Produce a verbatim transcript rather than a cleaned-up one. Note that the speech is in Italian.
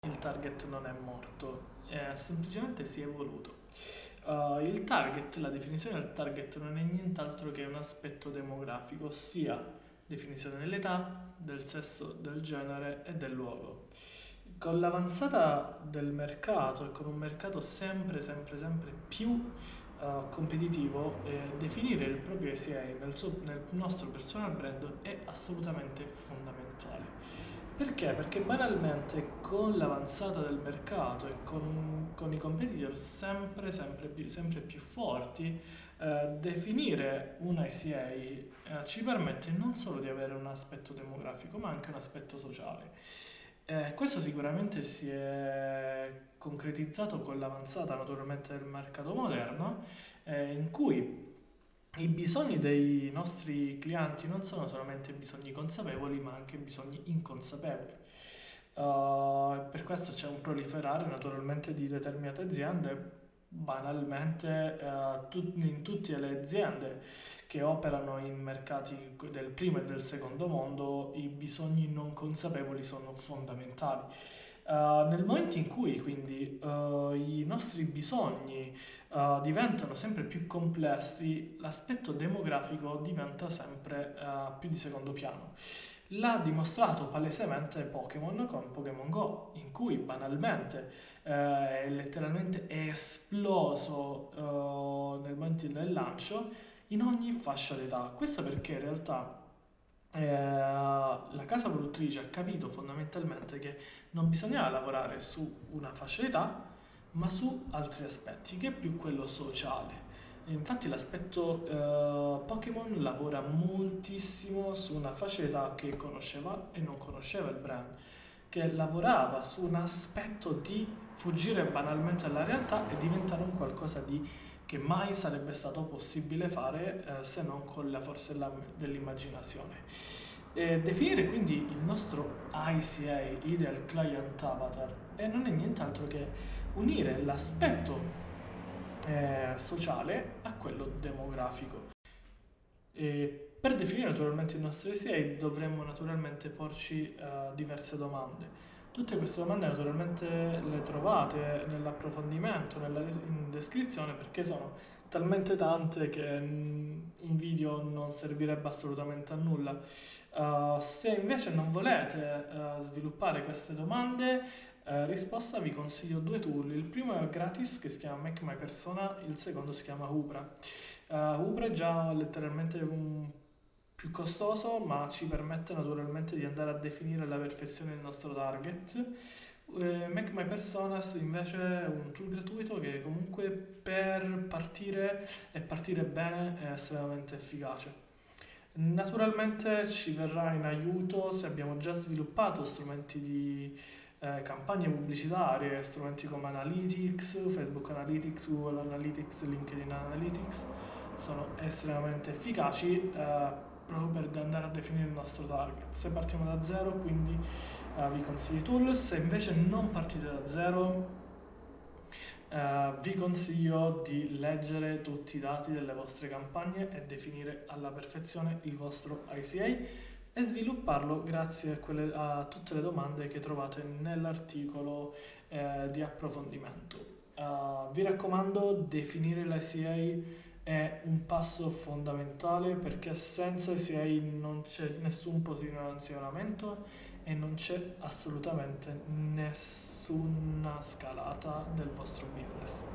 Il target non è morto, eh, semplicemente si è evoluto. Uh, il target, la definizione del target non è nient'altro che un aspetto demografico, ossia definizione dell'età, del sesso, del genere e del luogo. Con l'avanzata del mercato e con un mercato sempre, sempre, sempre più uh, competitivo, eh, definire il proprio A C I nel, suo- nel nostro personal brand è assolutamente fondamentale. Perché? Perché banalmente con l'avanzata del mercato e con, con i competitor sempre, sempre, più, sempre più forti, eh, definire un I C A eh, ci permette non solo di avere un aspetto demografico, ma anche un aspetto sociale. Eh, questo sicuramente si è concretizzato con l'avanzata naturalmente del mercato moderno, eh, in cui i bisogni dei nostri clienti non sono solamente bisogni consapevoli, ma anche bisogni inconsapevoli. Uh, per questo c'è un proliferare naturalmente di determinate aziende, banalmente uh, tut- in tutte le aziende che operano in mercati del primo e del secondo mondo, i bisogni non consapevoli sono fondamentali. Uh, nel momento in cui quindi uh, i nostri bisogni uh, diventano sempre più complessi, l'aspetto demografico diventa sempre uh, più di secondo piano. L'ha dimostrato palesemente Pokémon con Pokémon Go, in cui banalmente eh, è letteralmente esploso eh, nel momento del lancio in ogni fascia d'età. Questo perché in realtà eh, la casa produttrice ha capito fondamentalmente che non bisognava lavorare su una fascia d'età, ma su altri aspetti, che è più quello sociale. E infatti l'aspetto eh, Pokémon lavora moltissimo su una fascia d'età che conosceva e non conosceva il brand, che lavorava su un aspetto di fuggire banalmente dalla realtà e diventare un qualcosa di che mai sarebbe stato possibile fare eh, se non con la forza della- dell'immaginazione. E definire quindi il nostro I C A, Ideal Client Avatar, e non è nient'altro che unire l'aspetto eh, sociale a quello demografico. E per definire naturalmente il nostro I C A dovremmo naturalmente porci eh, diverse domande. Tutte queste domande naturalmente le trovate nell'approfondimento, nella in descrizione, perché sono talmente tante che mm, un video non servirebbe assolutamente a nulla. Uh, se invece non volete uh, sviluppare queste domande, uh, risposta vi consiglio due tool. Il primo è gratis, che si chiama Make My Persona, il secondo si chiama Hubra. Uh, Hubra è già letteralmente un più costoso, ma ci permette naturalmente di andare a definire alla perfezione il nostro target. Eh, Make My Personas invece è un tool gratuito che comunque per partire e partire bene è estremamente efficace. Naturalmente ci verrà in aiuto se abbiamo già sviluppato strumenti di eh, campagne pubblicitarie, strumenti come Analytics, Facebook Analytics, Google Analytics, LinkedIn Analytics, sono estremamente efficaci eh, proprio per andare a definire il nostro target. Se partiamo da zero, quindi eh, vi consiglio i tool, se invece non partite da zero, eh, vi consiglio di leggere tutti i dati delle vostre campagne e definire alla perfezione il vostro I C A e svilupparlo grazie a, quelle- a tutte le domande che trovate nell'articolo eh, di approfondimento. Uh, vi raccomando, definire l'I C A è un passo fondamentale perché senza I C A non c'è nessun posizionamento e non c'è assolutamente nessuna scalata del vostro business.